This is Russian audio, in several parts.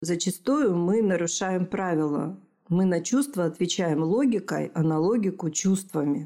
Зачастую мы нарушаем правила. Мы на чувства отвечаем логикой, а на логику – чувствами.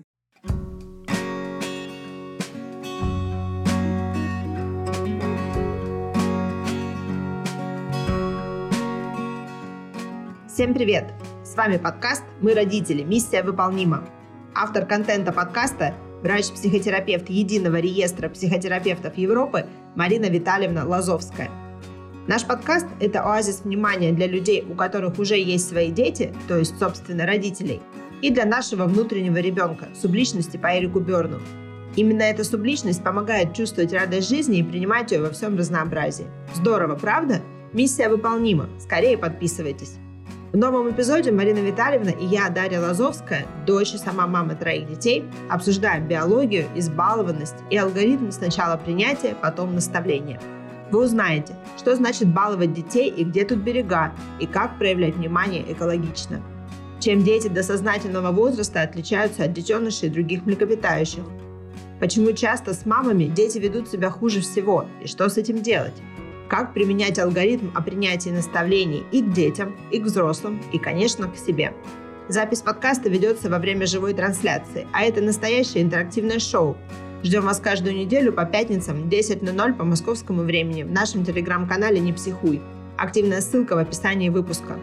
Всем привет! С вами подкаст «Мы родители. Миссия выполнима». Автор контента подкаста – врач-психотерапевт Единого реестра психотерапевтов Европы Марина Витальевна Лазовская. Наш подкаст – это оазис внимания для людей, у которых уже есть свои дети, то есть, собственно, родителей, и для нашего внутреннего ребенка, субличности по Эрику Берну. Именно эта субличность помогает чувствовать радость жизни и принимать ее во всем разнообразии. Здорово, правда? Миссия выполнима. Скорее подписывайтесь. В новом эпизоде Марина Витальевна и я, Дарья Лазовская, дочь и сама мама 3 детей, обсуждаем биологию, избалованность и алгоритм сначала принятия, потом наставления. Вы узнаете, что значит баловать детей и где тут берега, и как проявлять внимание экологично. Чем дети до сознательного возраста отличаются от детенышей других млекопитающих. Почему часто с мамами дети ведут себя хуже всего, и что с этим делать. Как применять алгоритм о принятии наставлений и к детям, и к взрослым, и, конечно, к себе. Запись подкаста ведется во время живой трансляции, а это настоящее интерактивное шоу. Ждем вас каждую неделю по пятницам в 10:00 по московскому времени в нашем телеграм-канале «Не психуй». Активная ссылка в описании выпуска.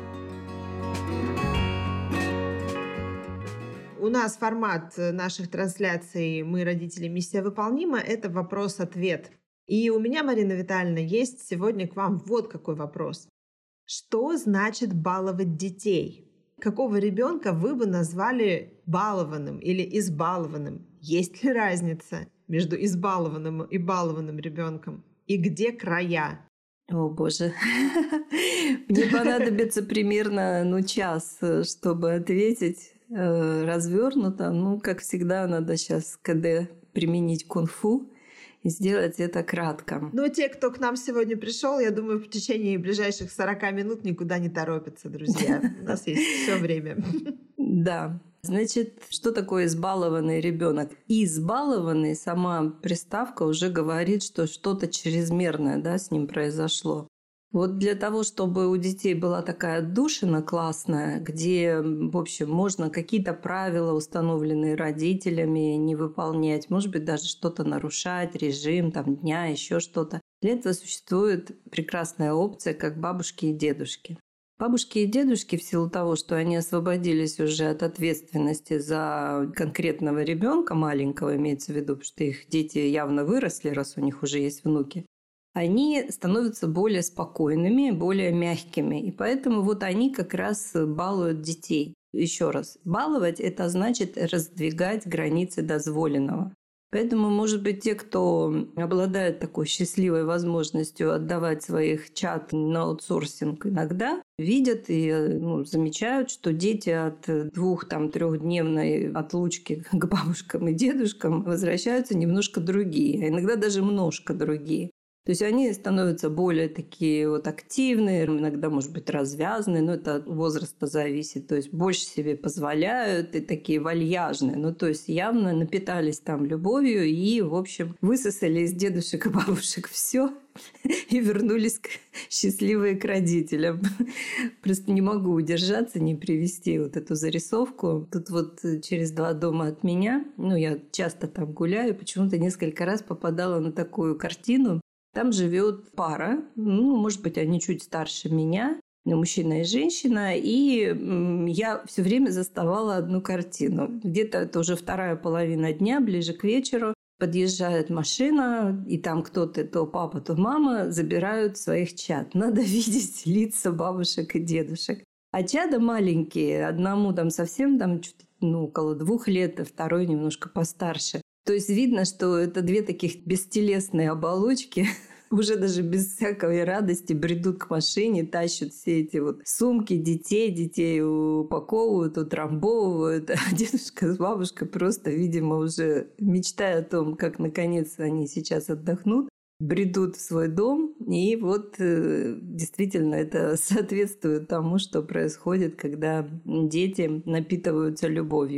У нас формат наших трансляций «Мы родители. Миссия выполнима» — это вопрос-ответ. И у меня, Марина Витальевна, есть сегодня к вам вот какой вопрос. Что значит баловать детей? Какого ребенка вы бы назвали балованным или избалованным? Есть ли разница между избалованным и балованным ребенком? И где края? О, Боже. Мне понадобится примерно час, чтобы ответить развернуто. Как всегда, надо сейчас КД применить кунг-фу и сделать это кратко. Те, кто к нам сегодня пришел, я думаю, в течение ближайших 40 минут никуда не торопятся, друзья. У нас есть все время. Да. Значит, что такое избалованный ребенок? Избалованный, сама приставка уже говорит, что что-то чрезмерное, с ним произошло. Вот для того, чтобы у детей была такая отдушина классная, где, в общем, можно какие-то правила, установленные родителями, не выполнять, может быть, даже что-то нарушать, режим дня, еще что-то. Для этого существует прекрасная опция, как бабушки и дедушки. Бабушки и дедушки, в силу того, что они освободились уже от ответственности за конкретного ребенка маленького, имеется в виду, потому что их дети явно выросли, раз у них уже есть внуки, они становятся более спокойными, более мягкими. И поэтому они как раз балуют детей. Еще раз, баловать – это значит раздвигать границы дозволенного. Поэтому, может быть, те, кто обладает такой счастливой возможностью отдавать своих чад на аутсорсинг иногда, видят и замечают, что дети от 2-3-дневной отлучки к бабушкам и дедушкам возвращаются немножко другие, а иногда даже немножко другие. То есть они становятся более такие активные, иногда, может быть, развязанные, но это от возраста зависит. То есть больше себе позволяют и такие вальяжные. То есть явно напитались там любовью и, в общем, высосали из дедушек и бабушек все и вернулись счастливые к родителям. Просто не могу удержаться, не привести эту зарисовку. Тут через 2 дома от меня, я часто там гуляю, почему-то несколько раз попадала на такую картину. Там живет пара, может быть, они чуть старше меня, мужчина и женщина, и я все время заставала одну картину. Где-то это уже 2-я половина дня, ближе к вечеру, подъезжает машина, и там кто-то, то папа, то мама, забирают своих чад. Надо видеть лица бабушек и дедушек. А чада маленькие, одному совсем около 2 лет, а второй немножко постарше. То есть видно, что это 2 таких бестелесные оболочки, уже даже без всякой радости бредут к машине, тащат все эти сумки детей упаковывают, утрамбовывают. А дедушка с бабушкой просто, видимо, уже мечтая о том, как наконец они сейчас отдохнут, бредут в свой дом. И действительно это соответствует тому, что происходит, когда дети напитываются любовью.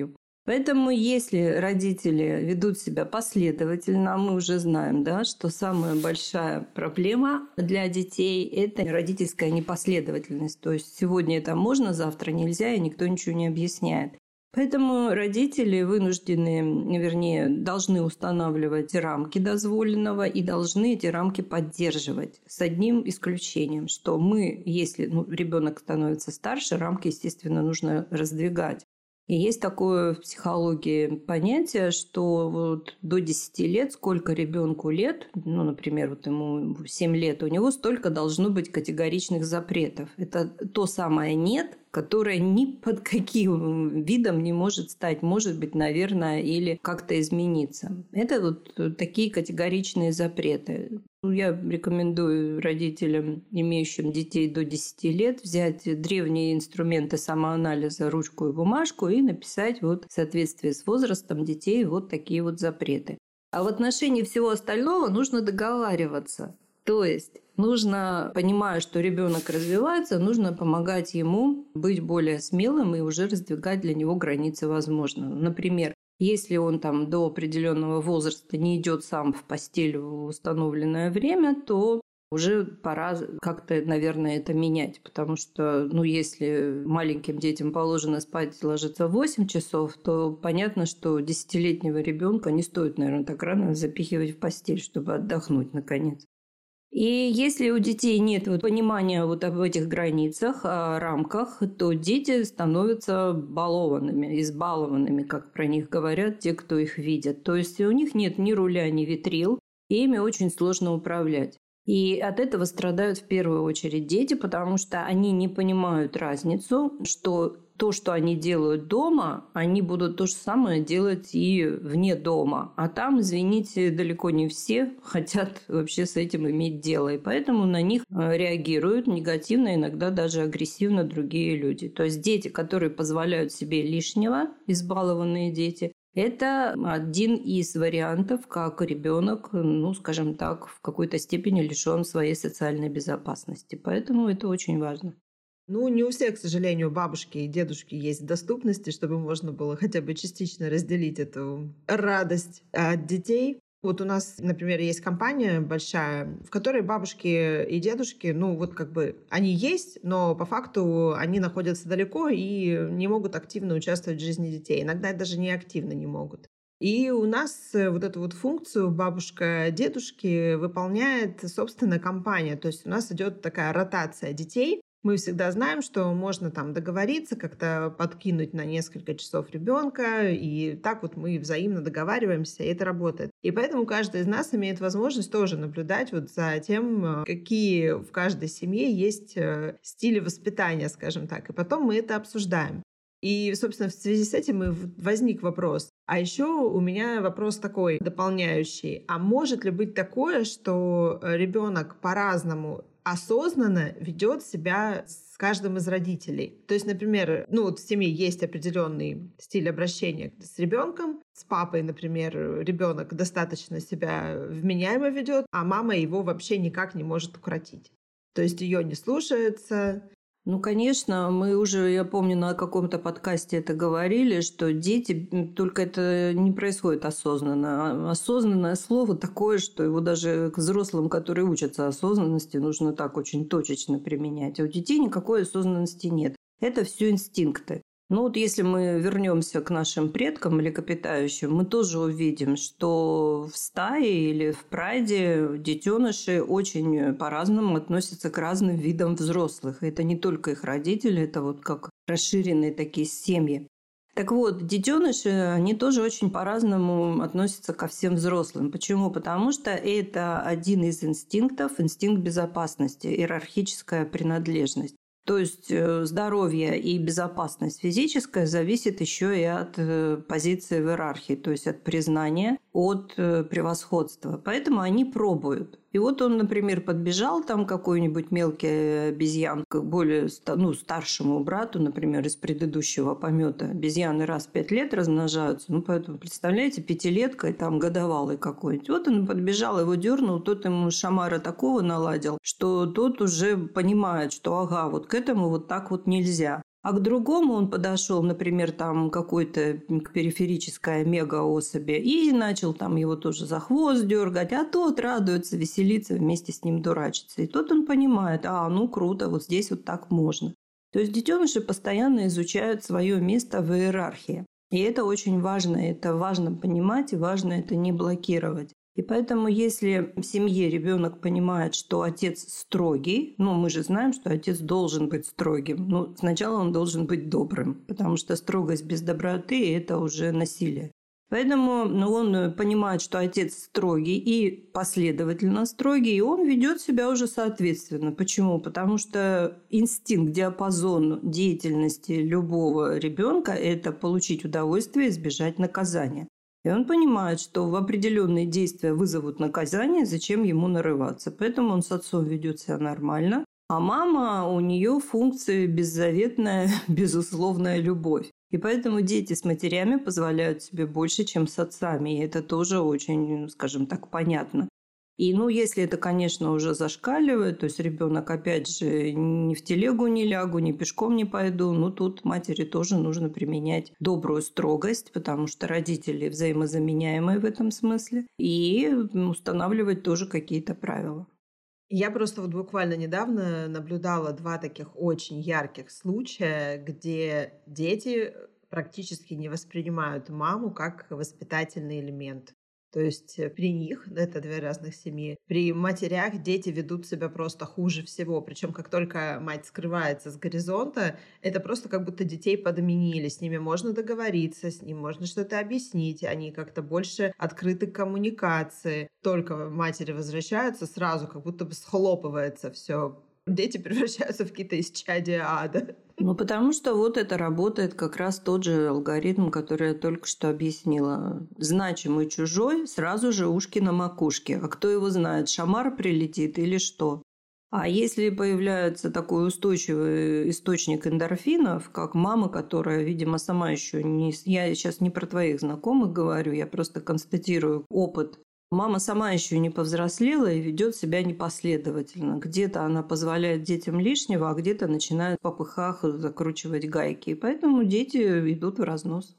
Поэтому если родители ведут себя последовательно, мы уже знаем, да, что самая большая проблема для детей – это родительская непоследовательность. То есть сегодня это можно, завтра нельзя, и никто ничего не объясняет. Поэтому родители вынуждены, вернее, должны устанавливать рамки дозволенного и должны эти рамки поддерживать. С одним исключением, что мы, если ребенок становится старше, рамки, естественно, нужно раздвигать. И есть такое в психологии понятие, что вот до 10 лет, сколько ребенку лет, например, вот ему 7 лет, у него столько должно быть категоричных запретов. Это то самое «нет», которое ни под каким видом не может стать, может быть, наверное, или как-то измениться. Это вот такие категоричные запреты. Я рекомендую родителям, имеющим детей до 10 лет, взять древние инструменты самоанализа, ручку и бумажку и написать в соответствии с возрастом детей вот такие вот запреты. А в отношении всего остального нужно договариваться. То есть нужно, понимая, что ребенок развивается, нужно помогать ему быть более смелым и уже раздвигать для него границы возможного. Например, если он до определенного возраста не идет сам в постель в установленное время, то уже пора как-то, наверное, это менять. Потому что, если маленьким детям положено спать и ложиться в 8 часов, то понятно, что 10-летнего ребенка не стоит, наверное, так рано запихивать в постель, чтобы отдохнуть наконец. И если у детей нет понимания об этих границах, о рамках, то дети становятся балованными, избалованными, как про них говорят те, кто их видят. То есть у них нет ни руля, ни ветрил, и ими очень сложно управлять. И от этого страдают в первую очередь дети, потому что они не понимают разницу, что то, что они делают дома, они будут то же самое делать и вне дома. А там, извините, далеко не все хотят вообще с этим иметь дело. И поэтому на них реагируют негативно, иногда даже агрессивно другие люди. То есть дети, которые позволяют себе лишнего, избалованные дети, это один из вариантов, как ребенок, скажем так, в какой-то степени лишен своей социальной безопасности. Поэтому это очень важно. Не у всех, к сожалению, бабушки и дедушки есть доступности, чтобы можно было хотя бы частично разделить эту радость от детей. Вот у нас, например, есть компания большая, в которой бабушки и дедушки, они есть, но по факту они находятся далеко и не могут активно участвовать в жизни детей. Иногда даже не активно не могут. И у нас эту функцию бабушка-дедушки выполняет, собственно, компания. То есть у нас идет такая ротация детей. Мы всегда знаем, что можно договориться, как-то подкинуть на несколько часов ребенка, и так мы взаимно договариваемся, и это работает. И поэтому каждый из нас имеет возможность тоже наблюдать за тем, какие в каждой семье есть стили воспитания, скажем так. И потом мы это обсуждаем. И, собственно, в связи с этим и возник вопрос. А еще у меня вопрос такой дополняющий. А может ли быть такое, что ребенок по-разному осознанно ведет себя с каждым из родителей? То есть, например, в семье есть определенный стиль обращения с ребенком. С папой, например, ребенок достаточно себя вменяемо ведет, а мама его вообще никак не может укротить. То есть ее не слушается. Конечно, я помню, на каком-то подкасте это говорили, что дети, только это не происходит осознанно. Осознанное слово такое, что его даже к взрослым, которые учатся осознанности, нужно так очень точечно применять. А у детей никакой осознанности нет. Это все инстинкты. Если мы вернемся к нашим предкам, млекопитающим, мы тоже увидим, что в стае или в прайде детеныши очень по-разному относятся к разным видам взрослых. И это не только их родители, это как расширенные такие семьи. Так вот, детеныши, они тоже очень по-разному относятся ко всем взрослым. Почему? Потому что это один из инстинктов, инстинкт безопасности, иерархическая принадлежность. То есть здоровье и безопасность физическая зависит еще и от позиции в иерархии, то есть от признания, от превосходства. Поэтому они пробуют. И он, например, подбежал какой-нибудь мелкий обезьян к более старшему брату, например, из предыдущего помета. Обезьяны раз в 5 лет размножаются. Поэтому, представляете, пятилетка и годовалый какой-нибудь. Он подбежал, его дернул, тот ему шамара такого наладил, что тот уже понимает, что к этому так нельзя. А к другому он подошел, например, там какой-то к периферической омега-особи и начал там его тоже за хвост дергать, а тот радуется, веселится, вместе с ним дурачится. И тот он понимает, ну круто, вот здесь вот так можно. То есть детеныши постоянно изучают свое место в иерархии. И это очень важно, это важно понимать и важно это не блокировать. И поэтому, если в семье ребенок понимает, что отец строгий, мы же знаем, что отец должен быть строгим. Сначала он должен быть добрым, потому что строгость без доброты – это уже насилие. Поэтому он понимает, что отец строгий и последовательно строгий, и он ведет себя уже соответственно. Почему? Потому что инстинкт, диапазон деятельности любого ребенка – это получить удовольствие и избежать наказания. И он понимает, что в определенные действия вызовут наказание, зачем ему нарываться. Поэтому он с отцом ведет себя нормально. А мама, у нее функция беззаветная, безусловная любовь. И поэтому дети с матерями позволяют себе больше, чем с отцами. И это тоже очень, скажем так, понятно. И, если это, конечно, уже зашкаливает, то есть ребенок, опять же, ни в телегу не лягу, ни пешком не пойду, тут матери тоже нужно применять добрую строгость, потому что родители взаимозаменяемые в этом смысле, и устанавливать тоже какие-то правила. Я просто буквально недавно наблюдала 2 таких очень ярких случая, где дети практически не воспринимают маму как воспитательный элемент. То есть при них, это 2 разных семьи, при матерях дети ведут себя просто хуже всего. Причем как только мать скрывается с горизонта, это просто как будто детей подменили. С ними можно договориться, с ним можно что-то объяснить. Они как-то больше открыты к коммуникации. Только матери возвращаются, сразу как будто бы схлопывается все. Дети превращаются в какие-то исчадия ада. Потому что вот это работает как раз тот же алгоритм, который я только что объяснила. Значимый чужой, сразу же ушки на макушке. А кто его знает, шамар прилетит или что? А если появляется такой устойчивый источник эндорфинов, как мама, которая, видимо, сама еще не... Я сейчас не про твоих знакомых говорю, я просто констатирую опыт. Мама сама еще не повзрослела и ведет себя непоследовательно. Где-то она позволяет детям лишнего, а где-то начинает в попыхах закручивать гайки. И поэтому дети идут в разнос.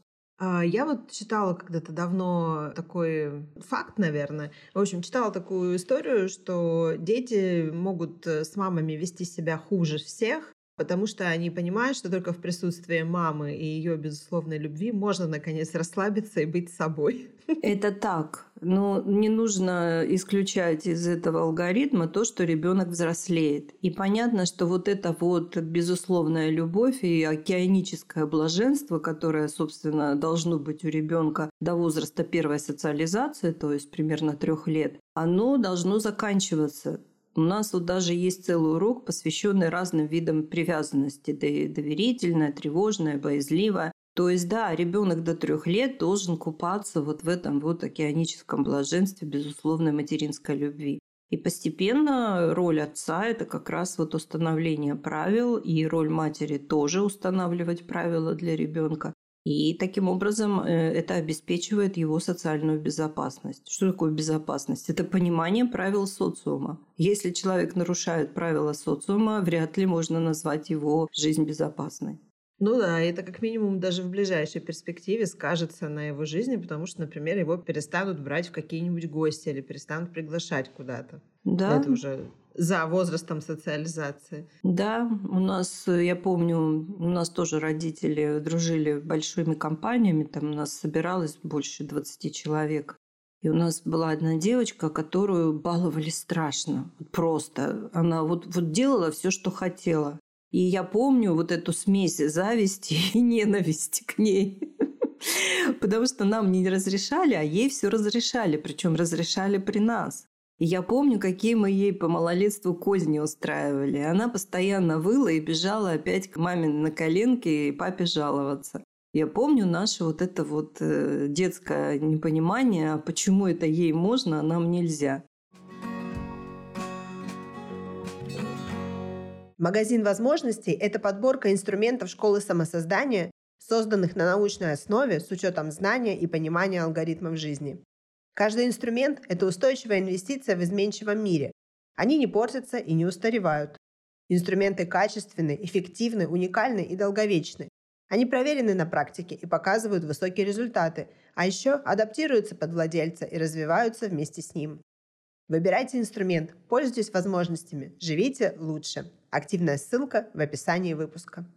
Я читала когда-то давно такой факт, наверное. В общем, читала такую историю, что дети могут с мамами вести себя хуже всех, потому что они понимают, что только в присутствии мамы и ее безусловной любви можно, наконец, расслабиться и быть собой. Это так. Но не нужно исключать из этого алгоритма то, что ребенок взрослеет. И понятно, что вот эта безусловная любовь и океаническое блаженство, которое, собственно, должно быть у ребенка до возраста первой социализации, то есть примерно 3 лет, оно должно заканчиваться. У нас даже есть целый урок, посвященный разным видам привязанности. Доверительная, тревожная, боязливая. То есть, да, ребенок до 3 лет должен купаться в этом океаническом блаженстве безусловной материнской любви. И постепенно роль отца – это как раз установление правил, и роль матери тоже устанавливать правила для ребенка. И таким образом это обеспечивает его социальную безопасность. Что такое безопасность? Это понимание правил социума. Если человек нарушает правила социума, вряд ли можно назвать его жизнь безопасной. Да, это как минимум даже в ближайшей перспективе скажется на его жизни, потому что, например, его перестанут брать в какие-нибудь гости или перестанут приглашать куда-то. Да. Это уже за возрастом социализации. Да, я помню, у нас тоже родители дружили большими компаниями, там у нас собиралось больше 20 человек. И у нас была одна девочка, которую баловали страшно. Просто. Она делала все, что хотела. И я помню эту смесь зависти и ненависти к ней. Потому что нам не разрешали, а ей все разрешали. Причем разрешали при нас. И я помню, какие мы ей по малолетству козни устраивали. Она постоянно выла и бежала опять к маме на коленки и папе жаловаться. Я помню наше это детское непонимание, почему это ей можно, а нам нельзя. Магазин возможностей – это подборка инструментов школы самосоздания, созданных на научной основе с учетом знания и понимания алгоритмов жизни. Каждый инструмент – это устойчивая инвестиция в изменчивом мире. Они не портятся и не устаревают. Инструменты качественны, эффективны, уникальны и долговечны. Они проверены на практике и показывают высокие результаты, а еще адаптируются под владельца и развиваются вместе с ним. Выбирайте инструмент, пользуйтесь возможностями, живите лучше. Активная ссылка в описании выпуска.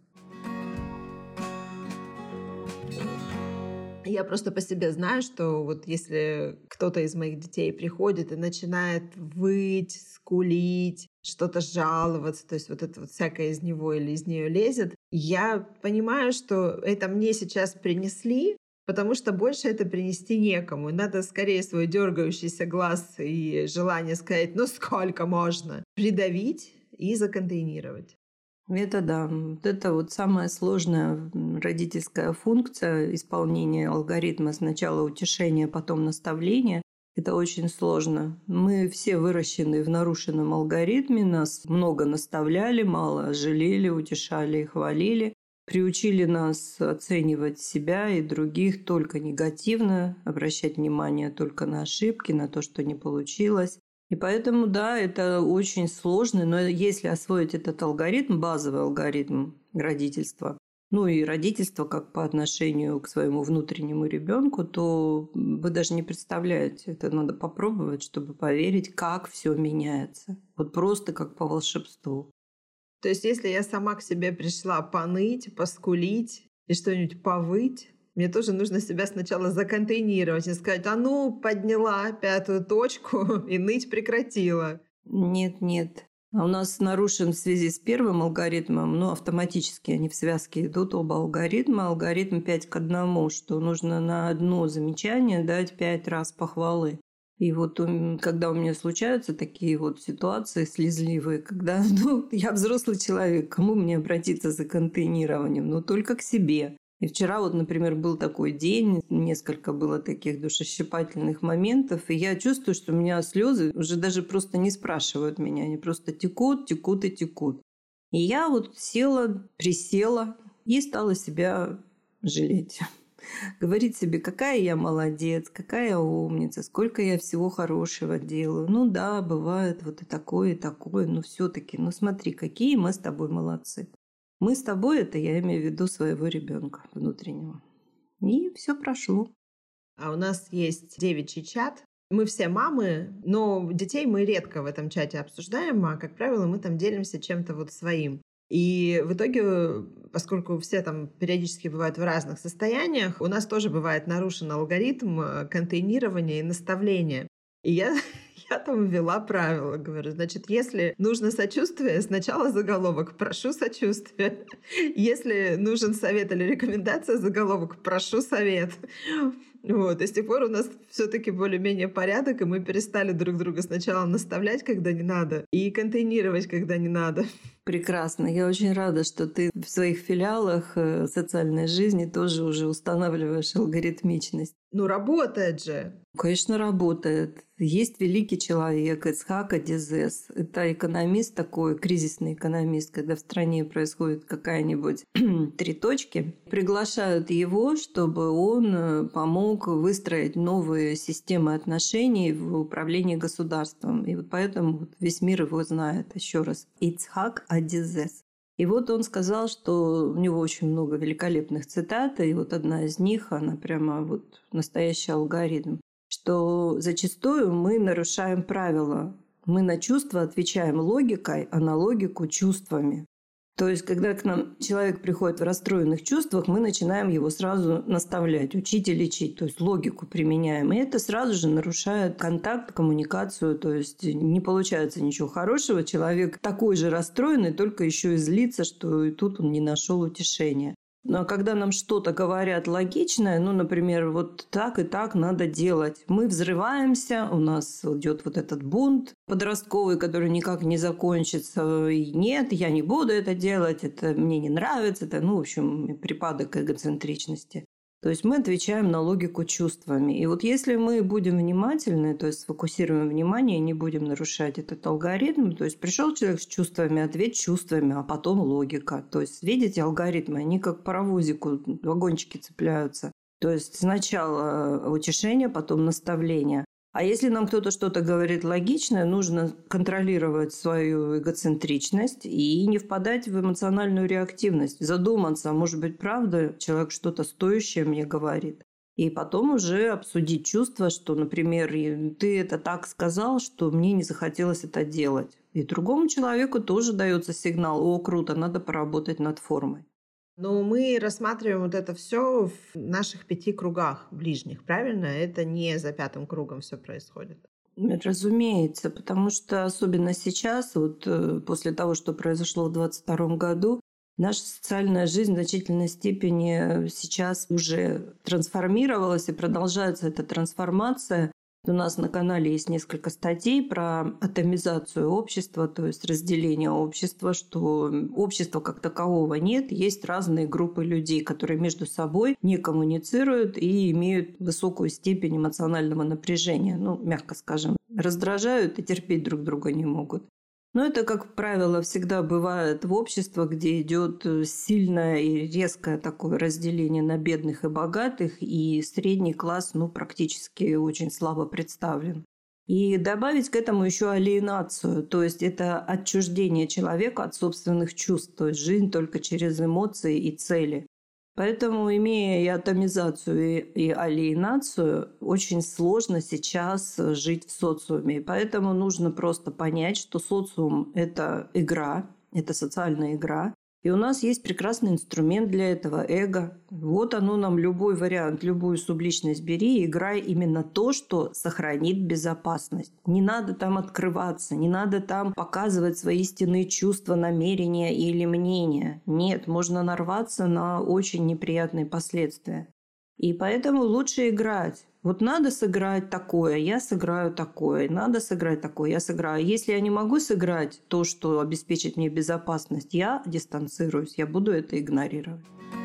Я просто по себе знаю, что вот если кто-то из моих детей приходит и начинает выть, скулить, что-то жаловаться, то есть вот это вот всякое из него или из нее лезет, я понимаю, что это мне сейчас принесли, потому что больше это принести некому. Надо скорее свой дергающийся глаз и желание сказать, ну сколько можно, придавить и законтейнировать. Это да, вот это вот самая сложная родительская функция исполнения алгоритма. Сначала утешение, потом наставление. Это очень сложно. Мы все выращены в нарушенном алгоритме, нас много наставляли, мало жалели, утешали и хвалили. Приучили нас оценивать себя и других только негативно, обращать внимание только на ошибки, на то, что не получилось. И поэтому, да, это очень сложно, но если освоить этот алгоритм, базовый алгоритм родительства, ну и родительство как по отношению к своему внутреннему ребенку, то вы даже не представляете, это надо попробовать, чтобы поверить, как все меняется. Вот просто как по волшебству. То есть если я сама к себе пришла поныть, поскулить и что-нибудь повыть, мне тоже нужно себя сначала законтейнировать и сказать, а ну, подняла 5-ю точку и ныть прекратила. Нет. А у нас нарушен в связи с первым алгоритмом, но автоматически они в связке идут, оба алгоритма. Алгоритм 5 к 1, что нужно на одно замечание дать 5 раз похвалы. И вот когда у меня случаются такие вот ситуации слезливые, когда я взрослый человек, кому мне обратиться за контейнированием? Ну, только к себе. И вчера вот, например, был такой день, несколько было таких душещипательных моментов, и я чувствую, что у меня слезы уже даже просто не спрашивают меня, они просто текут. И я вот присела и стала себя жалеть. Говорить себе, какая я молодец, какая я умница, сколько я всего хорошего делаю. Ну да, бывает вот и такое, но все-таки, смотри, какие мы с тобой молодцы. Мы с тобой, это я имею в виду своего ребенка внутреннего. И все прошло. А у нас есть девичий чат. Мы все мамы, но детей мы редко в этом чате обсуждаем, а, как правило, мы там делимся чем-то вот своим. И в итоге, поскольку все там периодически бывают в разных состояниях, у нас тоже бывает нарушен алгоритм контейнирования и наставления. И я там ввела правило, говорю, значит, если нужно сочувствие, сначала заголовок «Прошу сочувствия». Если нужен совет или рекомендация, заголовок «Прошу совет». Вот. И с тех пор у нас все-таки более-менее порядок, и мы перестали друг друга сначала наставлять, когда не надо, и контейнировать, когда не надо. Прекрасно. Я очень рада, что ты в своих филиалах социальной жизни тоже уже устанавливаешь алгоритмичность. Ну, работает же. Конечно, работает. Есть великий человек Ицхак Адизес. Это экономист такой, кризисный экономист, когда в стране происходит какая-нибудь 3 точки. Приглашают его, чтобы он помог выстроить новые системы отношений в управлении государством. И вот поэтому весь мир его знает. Еще раз. Ицхак Адизес. И вот он сказал, что у него очень много великолепных цитат, и вот одна из них, она прямо вот настоящий алгоритм, что зачастую мы нарушаем правила. Мы на чувства отвечаем логикой, а на логику чувствами. То есть, когда к нам человек приходит в расстроенных чувствах, мы начинаем его сразу наставлять, учить и лечить, то есть логику применяем. И это сразу же нарушает контакт, коммуникацию, то есть не получается ничего хорошего. Человек такой же расстроенный, только еще и злится, что и тут он не нашел утешения. Но когда нам что-то говорят логичное, например, вот так и так надо делать, мы взрываемся, у нас идет вот этот бунт подростковый, который никак не закончится. И нет, я не буду это делать, это мне не нравится, это, в общем, припадок эгоцентричности. То есть мы отвечаем на логику чувствами. И вот если мы будем внимательны, то есть сфокусируем внимание, не будем нарушать этот алгоритм, то есть пришел человек с чувствами, ответь чувствами, а потом логика. То есть, видите, алгоритмы, они как паровозику, вагончики цепляются. То есть сначала утешение, потом наставление. А если нам кто-то что-то говорит логичное, нужно контролировать свою эгоцентричность и не впадать в эмоциональную реактивность. Задуматься, может быть, правда, человек что-то стоящее мне говорит. И потом уже обсудить чувства, что, например, ты это так сказал, что мне не захотелось это делать. И другому человеку тоже дается сигнал: о, круто, надо поработать над формой. Но мы рассматриваем вот это все в наших 5 кругах ближних, правильно? Это не за 5 кругом все происходит. Разумеется, потому что особенно сейчас, после того, что произошло в 2022 году, наша социальная жизнь в значительной степени сейчас уже трансформировалась и продолжается эта трансформация. У нас на канале есть несколько статей про атомизацию общества, то есть разделение общества, что общества как такового нет, есть разные группы людей, которые между собой не коммуницируют и имеют высокую степень эмоционального напряжения, мягко скажем, раздражают и терпеть друг друга не могут. Но это, как правило, всегда бывает в обществах, где идет сильное и резкое такое разделение на бедных и богатых, и средний класс практически очень слабо представлен. И добавить к этому еще алиенацию, то есть это отчуждение человека от собственных чувств, то есть жизнь только через эмоции и цели. Поэтому, имея и атомизацию, и алиенацию, очень сложно сейчас жить в социуме. И поэтому нужно просто понять, что социум – это игра, это социальная игра. И у нас есть прекрасный инструмент для этого – эго. Вот оно нам, любой вариант, любую субличность бери и играй именно то, что сохранит безопасность. Не надо там открываться, не надо там показывать свои истинные чувства, намерения или мнения. Нет, можно нарваться на очень неприятные последствия. И поэтому лучше играть. Вот надо сыграть такое, я сыграю такое. Надо сыграть такое, я сыграю. Если я не могу сыграть то, что обеспечит мне безопасность, я дистанцируюсь, я буду это игнорировать.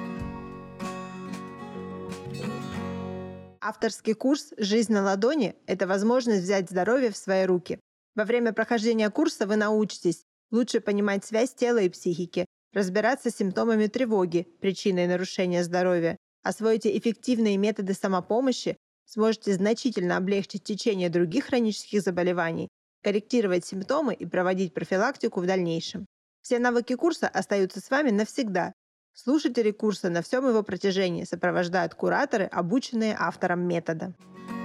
Авторский курс «Жизнь на ладони» – это возможность взять здоровье в свои руки. Во время прохождения курса вы научитесь лучше понимать связь тела и психики, разбираться с симптомами тревоги, причиной нарушения здоровья, освоите эффективные методы самопомощи, сможете значительно облегчить течение других хронических заболеваний, корректировать симптомы и проводить профилактику в дальнейшем. Все навыки курса остаются с вами навсегда. Слушатели курса на всем его протяжении сопровождают кураторы, обученные автором метода.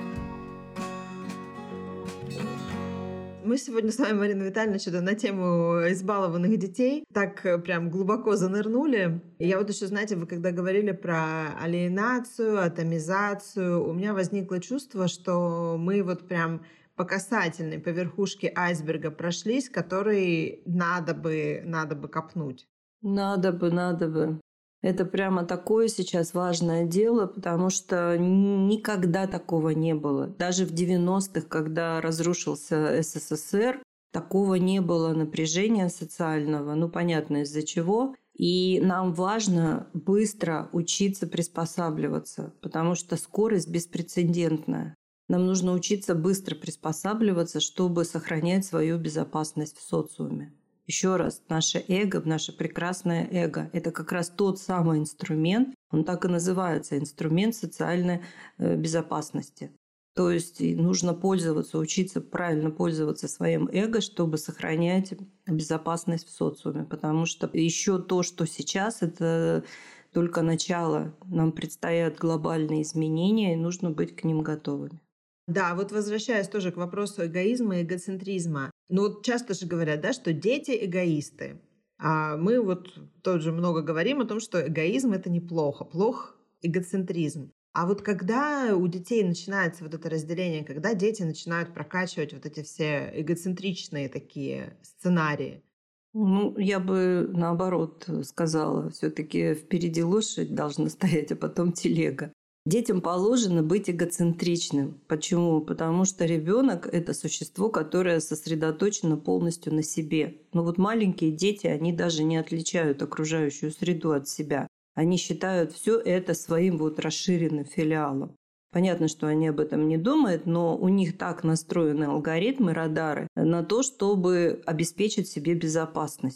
Мы сегодня с вами, Марина Витальевна, что-то на тему избалованных детей так прям глубоко занырнули. Я вот еще, знаете, вы когда говорили про алиенацию, атомизацию, у меня возникло чувство, что мы вот прям по касательной, по верхушке айсберга прошлись, который надо бы копнуть. Надо бы. Это прямо такое сейчас важное дело, потому что никогда такого не было. Даже в 90-х, когда разрушился СССР, такого не было напряжения социального, понятно из-за чего. И нам важно быстро учиться приспосабливаться, потому что скорость беспрецедентная. Нам нужно учиться быстро приспосабливаться, чтобы сохранять свою безопасность в социуме. Еще раз, наше эго, наше прекрасное эго – это как раз тот самый инструмент, он так и называется – инструмент социальной безопасности. То есть нужно учиться правильно пользоваться своим эго, чтобы сохранять безопасность в социуме. Потому что еще то, что сейчас, это только начало. Нам предстоят глобальные изменения, и нужно быть к ним готовыми. Да, вот возвращаясь тоже к вопросу эгоизма и эгоцентризма. Часто же говорят, да, что дети эгоисты. А мы тоже много говорим о том, что эгоизм — это неплохо, плох эгоцентризм. А вот когда у детей начинается вот это разделение, когда дети начинают прокачивать вот эти все эгоцентричные такие сценарии, я бы наоборот сказала, все-таки впереди лошадь должна стоять, а потом телега. Детям положено быть эгоцентричным. Почему? Потому что ребенок – это существо, которое сосредоточено полностью на себе. Маленькие дети, они даже не отличают окружающую среду от себя. Они считают все это своим расширенным филиалом. Понятно, что они об этом не думают, но у них так настроены алгоритмы, радары на то, чтобы обеспечить себе безопасность.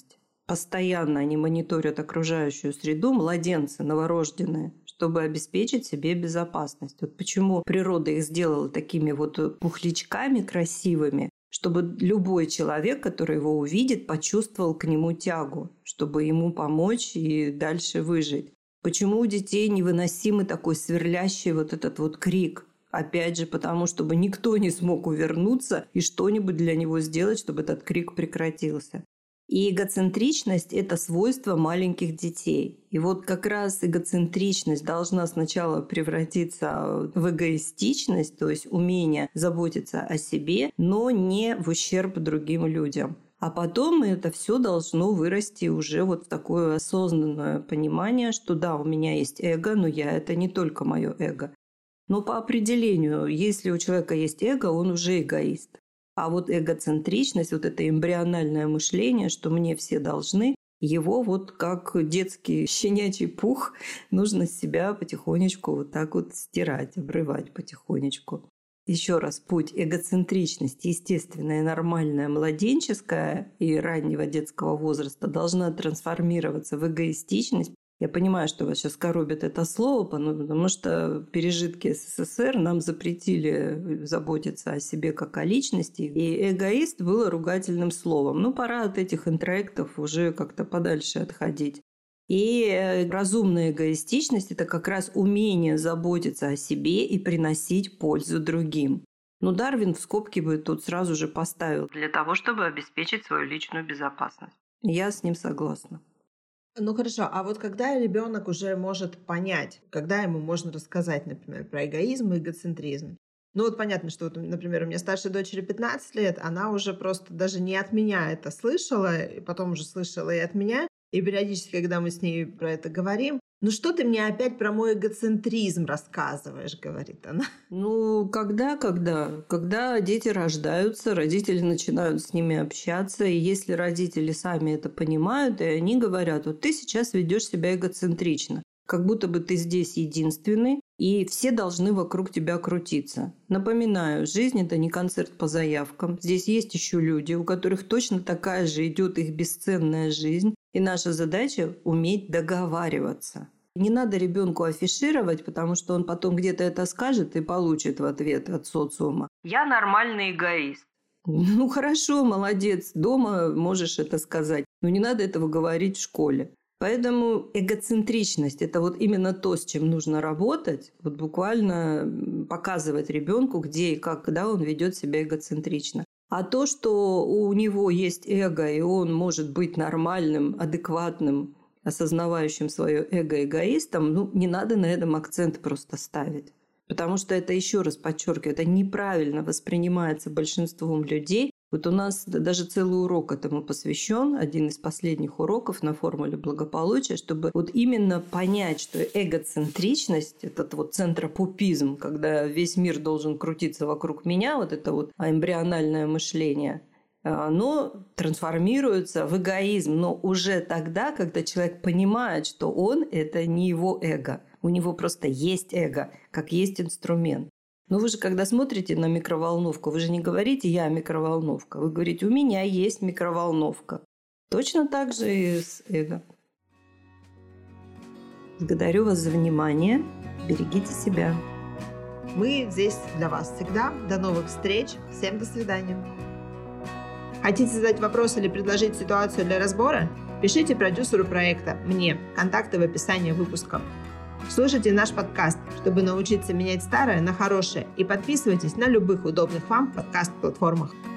Постоянно они мониторят окружающую среду, младенцы, новорожденные, чтобы обеспечить себе безопасность. Вот почему природа их сделала такими вот пухлячками красивыми, чтобы любой человек, который его увидит, почувствовал к нему тягу, чтобы ему помочь и дальше выжить. Почему у детей невыносимый такой сверлящий вот этот вот крик? Опять же, потому чтобы никто не смог увернуться и что-нибудь для него сделать, чтобы этот крик прекратился. И эгоцентричность – это свойство маленьких детей. И вот как раз эгоцентричность должна сначала превратиться в эгоистичность, то есть умение заботиться о себе, но не в ущерб другим людям. А потом это все должно вырасти уже вот в такое осознанное понимание, что да, у меня есть эго, но это не только мое эго. Но по определению, если у человека есть эго, он уже эгоист. А вот эгоцентричность, вот это эмбриональное мышление, что мне все должны, его вот как детский щенячий пух нужно с себя потихонечку вот так вот стирать, обрывать потихонечку. Еще раз, путь эгоцентричности, естественная, нормальная, младенческая и раннего детского возраста должна трансформироваться в эгоистичность. Я понимаю, что вас сейчас коробит это слово, потому что пережитки СССР нам запретили заботиться о себе как о личности. И эгоист было ругательным словом. Пора от этих интроектов уже как-то подальше отходить. И разумная эгоистичность – это как раз умение заботиться о себе и приносить пользу другим. Дарвин в скобки бы тут сразу же поставил для того, чтобы обеспечить свою личную безопасность. Я с ним согласна. Хорошо, а вот когда ребенок уже может понять, когда ему можно рассказать, например, про эгоизм и эгоцентризм? Понятно, что, например, у меня старшей дочери 15 лет, она уже просто даже не от меня это слышала, и потом уже слышала и от меня. И периодически, когда мы с ней про это говорим, что ты мне опять про мой эгоцентризм рассказываешь, говорит она. Когда дети рождаются, родители начинают с ними общаться, и если родители сами это понимают, и они говорят, вот ты сейчас ведешь себя эгоцентрично, как будто бы ты здесь единственный, и все должны вокруг тебя крутиться. Напоминаю, жизнь – это не концерт по заявкам. Здесь есть еще люди, у которых точно такая же идет их бесценная жизнь. И наша задача – уметь договариваться. Не надо ребенку афишировать, потому что он потом где-то это скажет и получит в ответ от социума. Я нормальный эгоист. Хорошо, молодец, дома можешь это сказать. Но не надо этого говорить в школе. Поэтому эгоцентричность – это вот именно то, с чем нужно работать, вот буквально показывать ребенку, где и как, когда он ведет себя эгоцентрично. А то, что у него есть эго, и он может быть нормальным, адекватным, осознавающим свое эго эгоистом, не надо на этом акцент просто ставить. Потому что это, еще раз подчеркиваю, это неправильно воспринимается большинством людей. Вот у нас даже целый урок этому посвящен, один из последних уроков на формуле благополучия, чтобы вот именно понять, что эгоцентричность, этот вот центропупизм, когда весь мир должен крутиться вокруг меня, вот это вот эмбриональное мышление, оно трансформируется в эгоизм, но уже тогда, когда человек понимает, что он – это не его эго, у него просто есть эго, как есть инструмент. Но вы же, когда смотрите на микроволновку, вы же не говорите «я микроволновка», вы говорите «у меня есть микроволновка». Точно так же и с эго. Благодарю вас за внимание. Берегите себя. Мы здесь для вас всегда. До новых встреч. Всем до свидания. Хотите задать вопрос или предложить ситуацию для разбора? Пишите продюсеру проекта, мне. Контакты в описании выпуска. Слушайте наш подкаст, чтобы научиться менять старое на хорошее, и подписывайтесь на любых удобных вам подкаст-платформах.